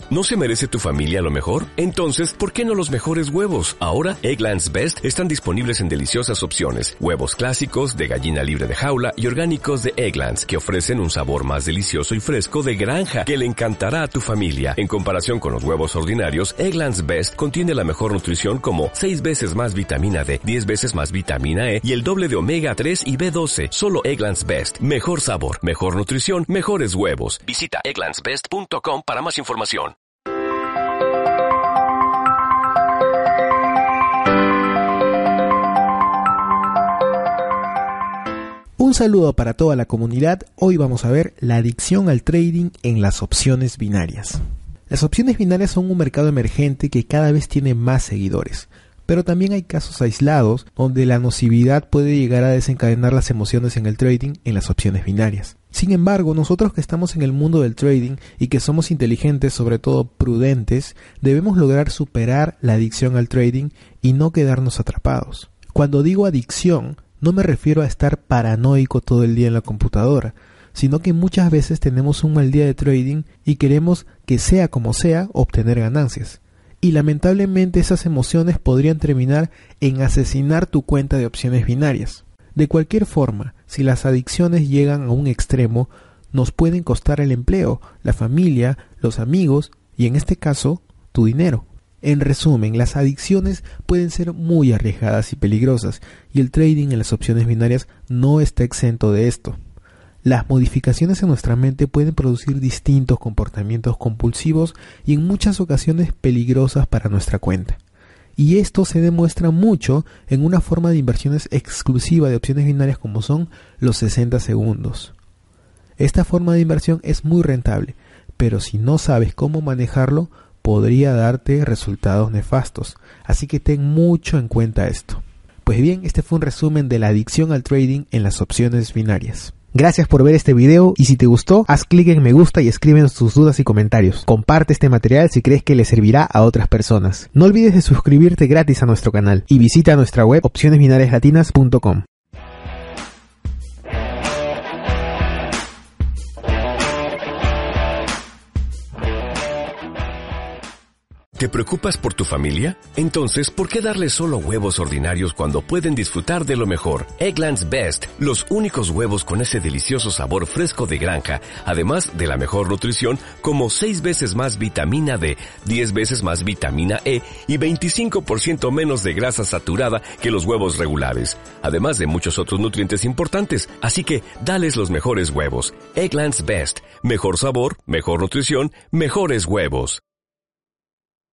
¿No se merece tu familia lo mejor? Entonces, ¿por qué no los mejores huevos? Ahora, Eggland's Best están disponibles en deliciosas opciones. Huevos clásicos, de gallina libre de jaula y orgánicos de Eggland's, que ofrecen un sabor más delicioso y fresco de granja, que le encantará a tu familia. En comparación con los huevos ordinarios, Eggland's Best contiene la mejor nutrición como 6 veces más vitamina D, 10 veces más vitamina E y el doble de omega 3 y B12. Solo Eggland's Best. Mejor sabor, mejor nutrición, mejores huevos. Visita egglandsbest.com para más información. Un saludo para toda la comunidad. Hoy vamos a ver la adicción al trading en las opciones binarias. Las opciones binarias son un mercado emergente que cada vez tiene más seguidores, pero también hay casos aislados donde la nocividad puede llegar a desencadenar las emociones en el trading en las opciones binarias. Sin embargo, nosotros que estamos en el mundo del trading y que somos inteligentes, sobre todo prudentes, debemos lograr superar la adicción al trading y no quedarnos atrapados. Cuando digo adicción, no me refiero a estar paranoico todo el día en la computadora, sino que muchas veces tenemos un mal día de trading y queremos que sea como sea obtener ganancias. Y lamentablemente esas emociones podrían terminar en asesinar tu cuenta de opciones binarias. De cualquier forma, si las adicciones llegan a un extremo, nos pueden costar el empleo, la familia, los amigos y en este caso, tu dinero. En resumen, las adicciones pueden ser muy arriesgadas y peligrosas, y el trading en las opciones binarias no está exento de esto. Las modificaciones en nuestra mente pueden producir distintos comportamientos compulsivos y en muchas ocasiones peligrosas para nuestra cuenta. Y esto se demuestra mucho en una forma de inversiones exclusiva de opciones binarias como son los 60 segundos. Esta forma de inversión es muy rentable, pero si no sabes cómo manejarlo, podría darte resultados nefastos, así que ten mucho en cuenta esto. Pues bien, este fue un resumen de la adicción al trading en las opciones binarias. Gracias por ver este video y si te gustó, haz clic en me gusta y escríbenos tus dudas y comentarios. Comparte este material si crees que le servirá a otras personas. No olvides de suscribirte gratis a nuestro canal y visita nuestra web opcionesbinariaslatinas.com. ¿Te preocupas por tu familia? Entonces, ¿por qué darles solo huevos ordinarios cuando pueden disfrutar de lo mejor? Eggland's Best, los únicos huevos con ese delicioso sabor fresco de granja, además de la mejor nutrición como 6 veces más vitamina D, 10 veces más vitamina E y 25% menos de grasa saturada que los huevos regulares, además de muchos otros nutrientes importantes. Así que, dales los mejores huevos. Eggland's Best, mejor sabor, mejor nutrición, mejores huevos.